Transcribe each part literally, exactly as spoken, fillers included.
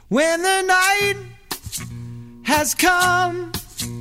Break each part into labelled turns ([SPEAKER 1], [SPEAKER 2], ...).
[SPEAKER 1] When the night has come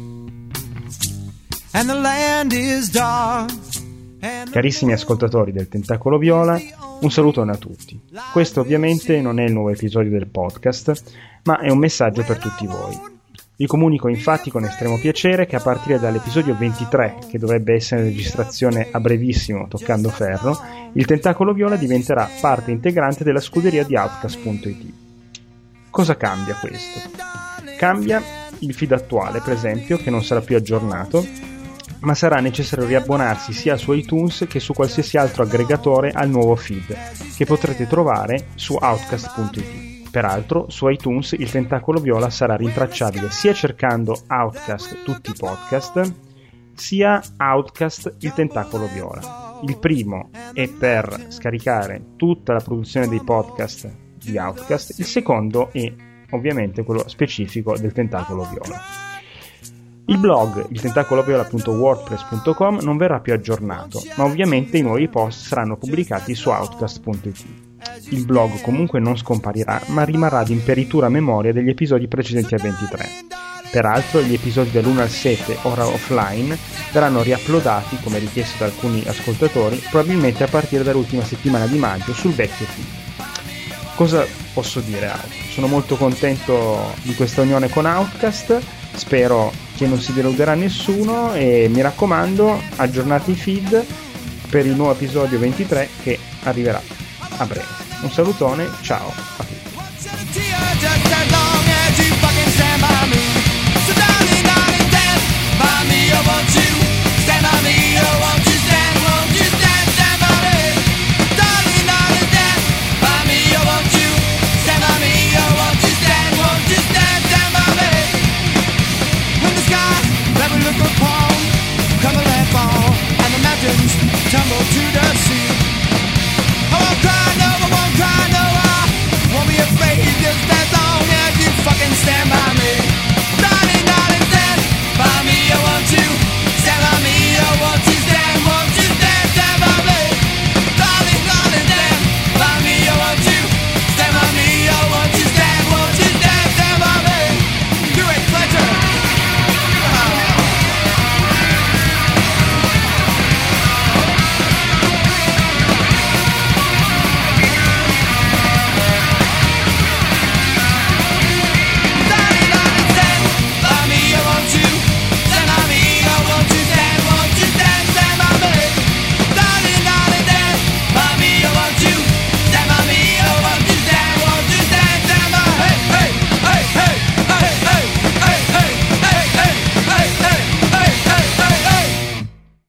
[SPEAKER 1] and the land is dark.
[SPEAKER 2] Carissimi ascoltatori del Tentacolo Viola, un salutone a tutti. Questo ovviamente non è il nuovo episodio del podcast, ma è un messaggio per tutti voi. Vi comunico infatti con estremo piacere che a partire dall'episodio ventitré, che dovrebbe essere in registrazione a brevissimo toccando ferro, il Tentacolo Viola diventerà parte integrante della scuderia di Outcast punto it. Cosa cambia questo? Cambia il feed attuale, per esempio, che non sarà più aggiornato, ma sarà necessario riabbonarsi sia su iTunes che su qualsiasi altro aggregatore al nuovo feed, che potrete trovare su Outcast punto it. Peraltro, su iTunes il Tentacolo Viola sarà rintracciabile sia cercando Outcast tutti i podcast, sia Outcast il Tentacolo Viola. Il primo è per scaricare tutta la produzione dei podcast di Outcast, il secondo è ovviamente quello specifico del Tentacolo Viola. Il blog, il tentacoloviola punto wordpress punto com, non verrà più aggiornato, ma ovviamente i nuovi post saranno pubblicati su Outcast punto it. Il blog comunque non scomparirà, ma rimarrà di imperitura memoria degli episodi precedenti al ventitré. Peraltro gli episodi dall'uno al sette, ora offline, verranno riuploadati, come richiesto da alcuni ascoltatori, probabilmente a partire dall'ultima settimana di maggio sul vecchio feed. Cosa posso dire altro? Sono molto contento di questa unione con Outcast, spero che non si deluderà nessuno e mi raccomando, aggiornate i feed per il nuovo episodio ventitré che arriverà a breve. Un salutone, ciao!